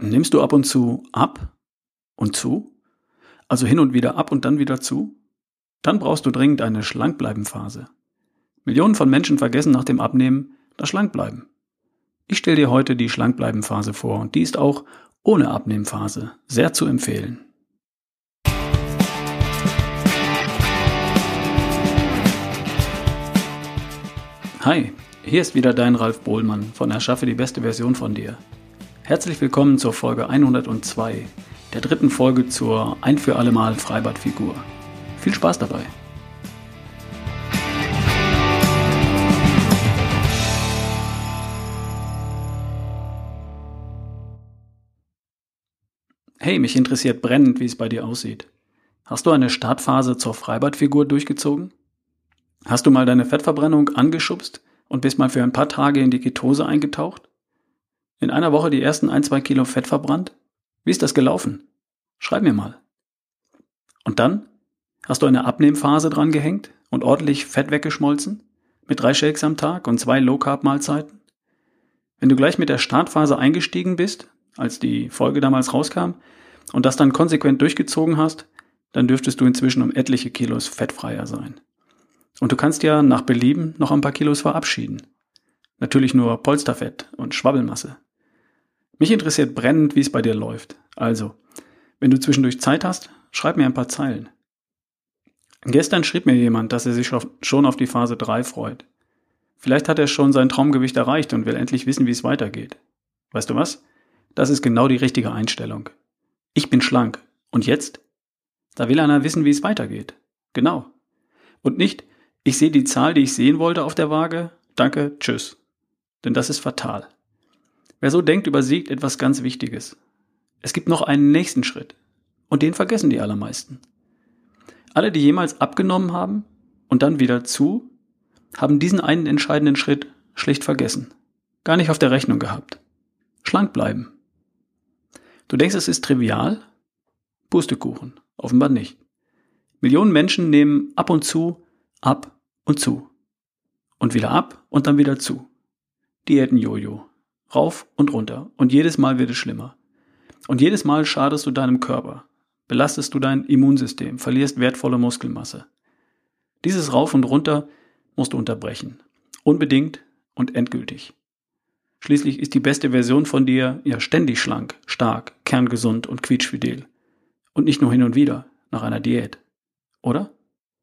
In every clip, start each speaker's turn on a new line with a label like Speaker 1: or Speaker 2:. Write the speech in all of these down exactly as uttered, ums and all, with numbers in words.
Speaker 1: Nimmst du ab und zu ab und zu? Also hin und wieder ab und dann wieder zu? Dann brauchst du dringend eine Schlankbleiben-Phase. Millionen von Menschen vergessen nach dem Abnehmen das Schlankbleiben. Ich stelle dir heute die Schlankbleiben-Phase vor und die ist auch ohne Abnehmphase sehr zu empfehlen. Hi, hier ist wieder dein Ralf Bohlmann von Erschaffe die beste Version von dir. Herzlich willkommen zur Folge hundertzwei, der dritten Folge zur Ein für alle Mal Freibadfigur. Viel Spaß dabei! Hey, mich interessiert brennend, wie es bei dir aussieht. Hast du eine Startphase zur Freibadfigur durchgezogen? Hast du mal deine Fettverbrennung angeschubst und bist mal für ein paar Tage in die Ketose eingetaucht? In einer Woche die ersten ein, zwei Kilo Fett verbrannt? Wie ist das gelaufen? Schreib mir mal. Und dann? Hast du eine Abnehmphase dran gehängt und ordentlich Fett weggeschmolzen? Mit drei Shakes am Tag und zwei Low-Carb-Mahlzeiten? Wenn du gleich mit der Startphase eingestiegen bist, als die Folge damals rauskam, und das dann konsequent durchgezogen hast, dann dürftest du inzwischen um etliche Kilos fettfreier sein. Und du kannst ja nach Belieben noch ein paar Kilos verabschieden. Natürlich nur Polsterfett und Schwabbelmasse. Mich interessiert brennend, wie es bei dir läuft. Also, wenn du zwischendurch Zeit hast, schreib mir ein paar Zeilen. Gestern schrieb mir jemand, dass er sich schon auf die Phase drei freut. Vielleicht hat er schon sein Traumgewicht erreicht und will endlich wissen, wie es weitergeht. Weißt du was? Das ist genau die richtige Einstellung. Ich bin schlank. Und jetzt? Da will einer wissen, wie es weitergeht. Genau. Und nicht, ich sehe die Zahl, die ich sehen wollte auf der Waage. Danke, tschüss. Denn das ist fatal. Wer so denkt, übersiegt etwas ganz Wichtiges. Es gibt noch einen nächsten Schritt. Und den vergessen die allermeisten. Alle, die jemals abgenommen haben und dann wieder zu, haben diesen einen entscheidenden Schritt schlicht vergessen. Gar nicht auf der Rechnung gehabt. Schlank bleiben. Du denkst, es ist trivial? Pustekuchen. Offenbar nicht. Millionen Menschen nehmen ab und zu, ab und zu. Und wieder ab und dann wieder zu. Diäten-Jojo. Rauf und runter. Und jedes Mal wird es schlimmer. Und jedes Mal schadest du deinem Körper. Belastest du dein Immunsystem. Verlierst wertvolle Muskelmasse. Dieses Rauf und runter musst du unterbrechen. Unbedingt und endgültig. Schließlich ist die beste Version von dir ja ständig schlank, stark, kerngesund und quietschfidel. Und nicht nur hin und wieder, nach einer Diät. Oder?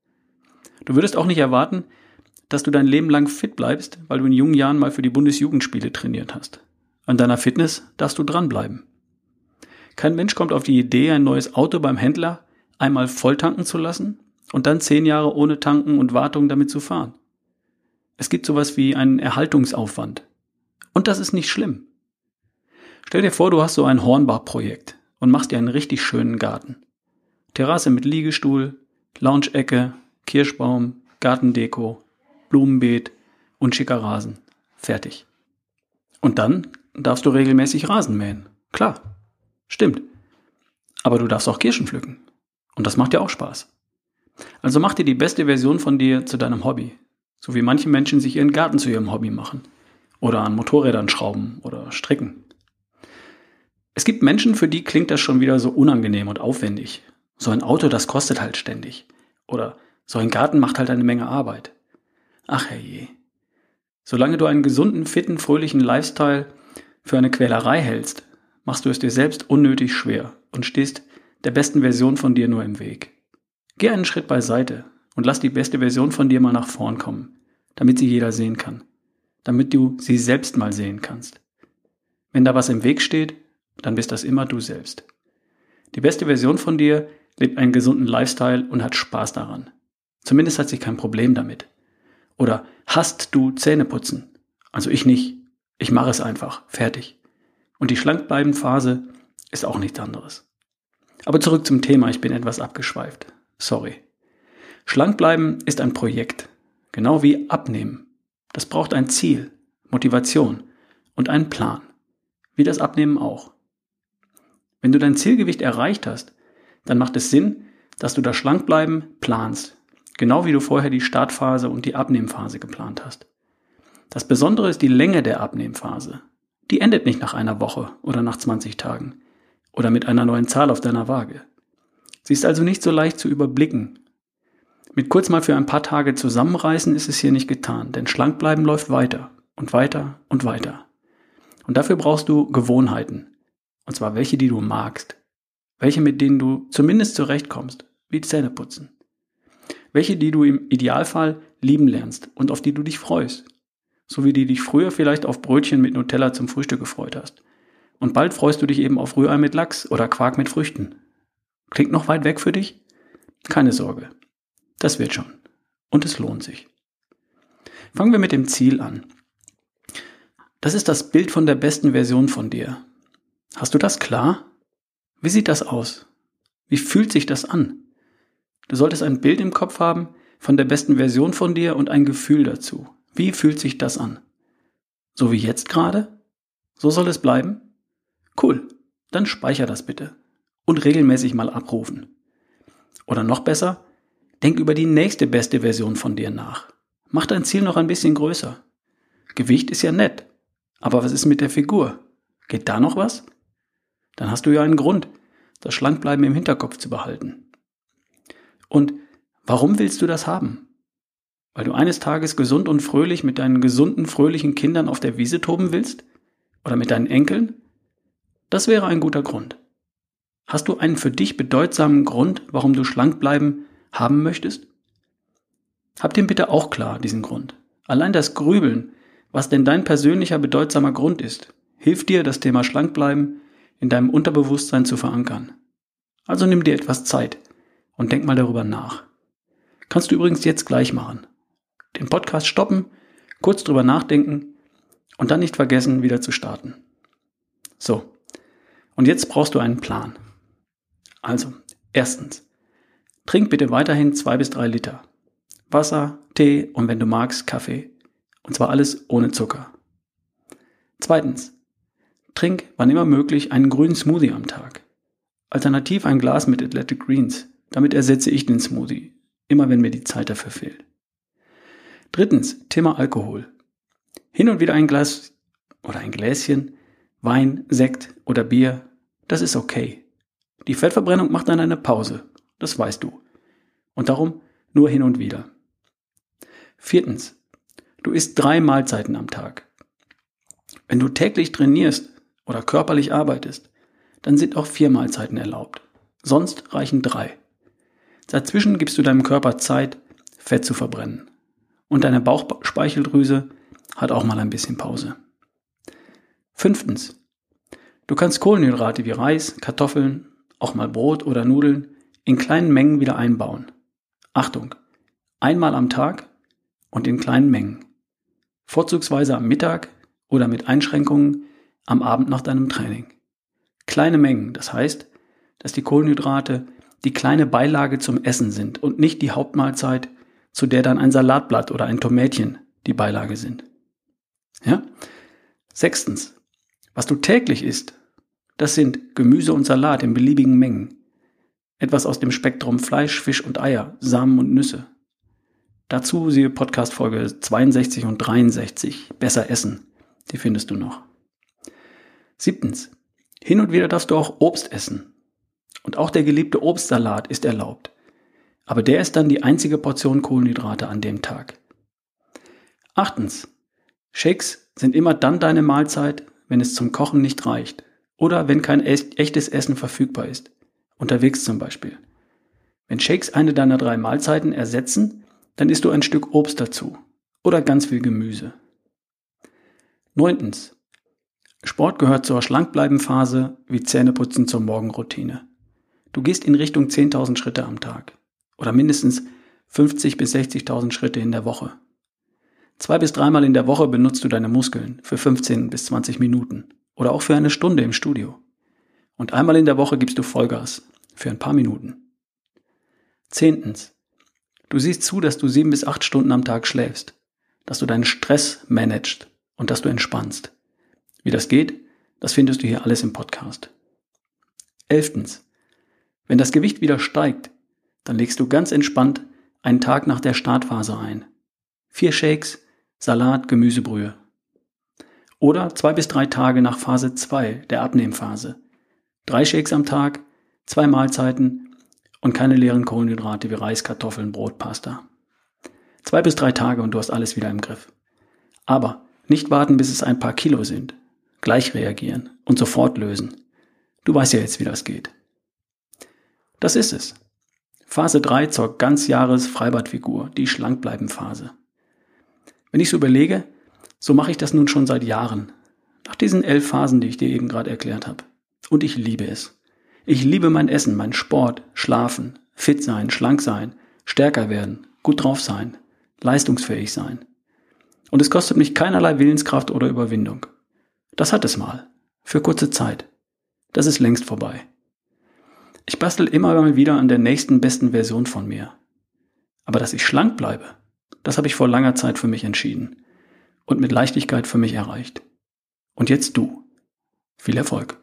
Speaker 1: Du würdest auch nicht erwarten, dass du dein Leben lang fit bleibst, weil du in jungen Jahren mal für die Bundesjugendspiele trainiert hast. An deiner Fitness darfst du dranbleiben. Kein Mensch kommt auf die Idee, ein neues Auto beim Händler einmal voll tanken zu lassen und dann zehn Jahre ohne Tanken und Wartung damit zu fahren. Es gibt sowas wie einen Erhaltungsaufwand. Und das ist nicht schlimm. Stell dir vor, du hast so ein Hornbach-Projekt und machst dir einen richtig schönen Garten. Terrasse mit Liegestuhl, Lounge-Ecke, Kirschbaum, Gartendeko, Blumenbeet und schicker Rasen. Fertig. Und dann darfst du regelmäßig Rasen mähen. Klar. Stimmt. Aber du darfst auch Kirschen pflücken. Und das macht dir auch Spaß. Also mach dir die beste Version von dir zu deinem Hobby. So wie manche Menschen sich ihren Garten zu ihrem Hobby machen. Oder an Motorrädern schrauben oder stricken. Es gibt Menschen, für die klingt das schon wieder so unangenehm und aufwendig. So ein Auto, das kostet halt ständig. Oder so ein Garten macht halt eine Menge Arbeit. Ach herrje. Solange du einen gesunden, fitten, fröhlichen Lifestyle für eine Quälerei hältst, machst du es dir selbst unnötig schwer und stehst der besten Version von dir nur im Weg. Geh einen Schritt beiseite und lass die beste Version von dir mal nach vorn kommen, damit sie jeder sehen kann. Damit du sie selbst mal sehen kannst. Wenn da was im Weg steht, dann bist das immer du selbst. Die beste Version von dir lebt einen gesunden Lifestyle und hat Spaß daran. Zumindest hat sie kein Problem damit. Oder hasst du Zähneputzen? Also ich nicht. Ich mache es einfach. Fertig. Und die Schlankbleiben-Phase ist auch nichts anderes. Aber zurück zum Thema. Ich bin etwas abgeschweift. Sorry. Schlankbleiben ist ein Projekt. Genau wie Abnehmen. Das braucht ein Ziel, Motivation und einen Plan. Wie das Abnehmen auch. Wenn du dein Zielgewicht erreicht hast, dann macht es Sinn, dass du das Schlankbleiben planst. Genau wie du vorher die Startphase und die Abnehmphase geplant hast. Das Besondere ist die Länge der Abnehmphase. die endet nicht nach einer Woche oder nach zwanzig Tagen oder mit einer neuen Zahl auf deiner Waage. Sie ist also nicht so leicht zu überblicken. Mit kurz mal für ein paar Tage zusammenreißen ist es hier nicht getan, denn schlank bleiben läuft weiter und weiter und weiter. Und dafür brauchst du Gewohnheiten. Und zwar welche, die du magst. Welche, mit denen du zumindest zurechtkommst, wie Zähneputzen. Welche, die du im Idealfall lieben lernst und auf die du dich freust. So wie du dich früher vielleicht auf Brötchen mit Nutella zum Frühstück gefreut hast. Und bald freust du dich eben auf Rührei mit Lachs oder Quark mit Früchten. Klingt noch weit weg für dich? Keine Sorge. Das wird schon. Und es lohnt sich. Fangen wir mit dem Ziel an. Das ist das Bild von der besten Version von dir. Hast du das klar? Wie sieht das aus? Wie fühlt sich das an? Du solltest ein Bild im Kopf haben von der besten Version von dir und ein Gefühl dazu. Wie fühlt sich das an? So wie jetzt gerade? So soll es bleiben? Cool, dann speicher das bitte und regelmäßig mal abrufen. Oder noch besser, denk über die nächste beste Version von dir nach. Mach dein Ziel noch ein bisschen größer. Gewicht ist ja nett, aber was ist mit der Figur? Geht da noch was? Dann hast du ja einen Grund, das Schlankbleiben im Hinterkopf zu behalten. Und warum willst du das haben? Weil du eines Tages gesund und fröhlich mit deinen gesunden, fröhlichen Kindern auf der Wiese toben willst? Oder mit deinen Enkeln? Das wäre ein guter Grund. Hast du einen für dich bedeutsamen Grund, warum du schlank bleiben haben möchtest? Hab den bitte auch klar, diesen Grund. Allein das Grübeln, was denn dein persönlicher bedeutsamer Grund ist, hilft dir, das Thema schlank bleiben in deinem Unterbewusstsein zu verankern. Also nimm dir etwas Zeit und denk mal darüber nach. Kannst du übrigens jetzt gleich machen. Den Podcast stoppen, kurz drüber nachdenken und dann nicht vergessen, wieder zu starten. So, und jetzt brauchst du einen Plan. Also, erstens, trink bitte weiterhin zwei bis drei Liter. Wasser, Tee und wenn du magst, Kaffee. Und zwar alles ohne Zucker. Zweitens, trink, wann immer möglich, einen grünen Smoothie am Tag. Alternativ ein Glas mit Athletic Greens. Damit ersetze ich den Smoothie, immer wenn mir die Zeit dafür fehlt. Drittens, Thema Alkohol. Hin und wieder ein Glas oder ein Gläschen Wein, Sekt oder Bier, das ist okay. Die Fettverbrennung macht dann eine Pause, das weißt du. Und darum nur hin und wieder. Viertens, du isst drei Mahlzeiten am Tag. Wenn du täglich trainierst oder körperlich arbeitest, dann sind auch vier Mahlzeiten erlaubt. Sonst reichen drei. Dazwischen gibst du deinem Körper Zeit, Fett zu verbrennen. Und deine Bauchspeicheldrüse hat auch mal ein bisschen Pause. Fünftens, du kannst Kohlenhydrate wie Reis, Kartoffeln, auch mal Brot oder Nudeln in kleinen Mengen wieder einbauen. Achtung, einmal am Tag und in kleinen Mengen. Vorzugsweise am Mittag oder mit Einschränkungen am Abend nach deinem Training. Kleine Mengen, das heißt, dass die Kohlenhydrate die kleine Beilage zum Essen sind und nicht die Hauptmahlzeit, zu der dann ein Salatblatt oder ein Tomätchen die Beilage sind. Ja? Sechstens, was du täglich isst, das sind Gemüse und Salat in beliebigen Mengen. Etwas aus dem Spektrum Fleisch, Fisch und Eier, Samen und Nüsse. Dazu siehe Podcast-Folge zweiundsechzig und dreiundsechzig, Besser essen, die findest du noch. Siebtens, hin und wieder darfst du auch Obst essen. Und auch der geliebte Obstsalat ist erlaubt. Aber der ist dann die einzige Portion Kohlenhydrate an dem Tag. Achtens, Shakes sind immer dann deine Mahlzeit, wenn es zum Kochen nicht reicht oder wenn kein echtes Essen verfügbar ist, unterwegs zum Beispiel. Wenn Shakes eine deiner drei Mahlzeiten ersetzen, dann isst du ein Stück Obst dazu oder ganz viel Gemüse. Neuntens, Sport gehört zur Schlankbleiben-Phase wie Zähneputzen zur Morgenroutine. Du gehst in Richtung zehntausend Schritte am Tag oder mindestens fünfzig bis sechzigtausend Schritte in der Woche. Zwei bis dreimal in der Woche benutzt du deine Muskeln für fünfzehn bis zwanzig Minuten oder auch für eine Stunde im Studio. Und einmal in der Woche gibst du Vollgas für ein paar Minuten. Zehntens. Du siehst zu, dass du sieben bis acht Stunden am Tag schläfst, dass du deinen Stress managst und dass du entspannst. Wie das geht, das findest du hier alles im Podcast. Elftens. Wenn das Gewicht wieder steigt, dann legst du ganz entspannt einen Tag nach der Startphase ein. Vier Shakes, Salat, Gemüsebrühe. Oder zwei bis drei Tage nach Phase zwei, der Abnehmphase. Drei Shakes am Tag, zwei Mahlzeiten und keine leeren Kohlenhydrate wie Reis, Kartoffeln, Brot, Pasta. Zwei bis drei Tage und du hast alles wieder im Griff. Aber nicht warten, bis es ein paar Kilo sind. Gleich reagieren und sofort lösen. Du weißt ja jetzt, wie das geht. Das ist es. Phase drei zur Ganzjahres-Freibadfigur, die Schlankbleiben-Phase. Wenn ich so überlege, so mache ich das nun schon seit Jahren. Nach diesen elf Phasen, die ich dir eben gerade erklärt habe. Und ich liebe es. Ich liebe mein Essen, mein Sport, Schlafen, fit sein, schlank sein, stärker werden, gut drauf sein, leistungsfähig sein. Und es kostet mich keinerlei Willenskraft oder Überwindung. Das hat es mal. Für kurze Zeit. Das ist längst vorbei. Ich bastel immer mal wieder an der nächsten besten Version von mir. Aber dass ich schlank bleibe, das habe ich vor langer Zeit für mich entschieden. Und mit Leichtigkeit für mich erreicht. Und jetzt du. Viel Erfolg.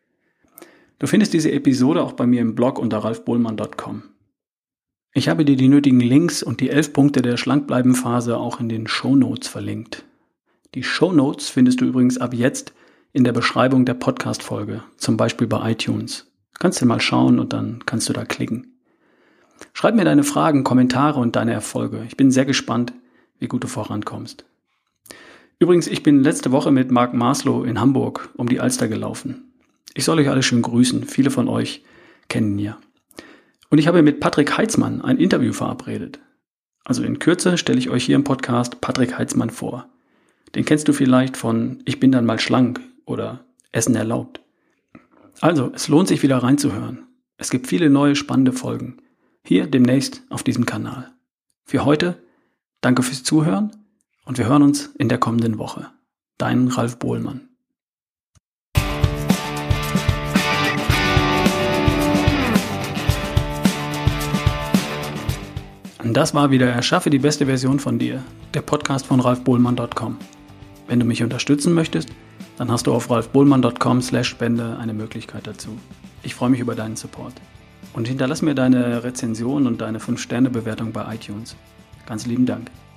Speaker 1: Du findest diese Episode auch bei mir im Blog unter ralf bohlmann punkt com. Ich habe dir die nötigen Links und die elf Punkte der Schlankbleiben-Phase auch in den Shownotes verlinkt. Die Shownotes findest du übrigens ab jetzt in der Beschreibung der Podcast-Folge, zum Beispiel bei iTunes. Kannst du mal schauen und dann kannst du da klicken. Schreib mir deine Fragen, Kommentare und deine Erfolge. Ich bin sehr gespannt, wie gut du vorankommst. Übrigens, ich bin letzte Woche mit Marc Maslow in Hamburg um die Alster gelaufen. Ich soll euch alle schön grüßen. Viele von euch kennen ihn ja. Und ich habe mit Patrick Heitzmann ein Interview verabredet. Also in Kürze stelle ich euch hier im Podcast Patrick Heitzmann vor. Den kennst du vielleicht von Ich bin dann mal schlank oder Essen erlaubt. Also, es lohnt sich wieder reinzuhören. Es gibt viele neue spannende Folgen. Hier demnächst auf diesem Kanal. Für heute, danke fürs Zuhören und wir hören uns in der kommenden Woche. Dein Ralf Bohlmann. Und das war wieder Erschaffe die beste Version von dir, der Podcast von ralf bohlmann punkt com. Wenn du mich unterstützen möchtest, dann hast du auf ralf bohlmann punkt com slash spende eine Möglichkeit dazu. Ich freue mich über deinen Support. Und hinterlass mir deine Rezension und deine fünf Sterne Bewertung bei iTunes. Ganz lieben Dank.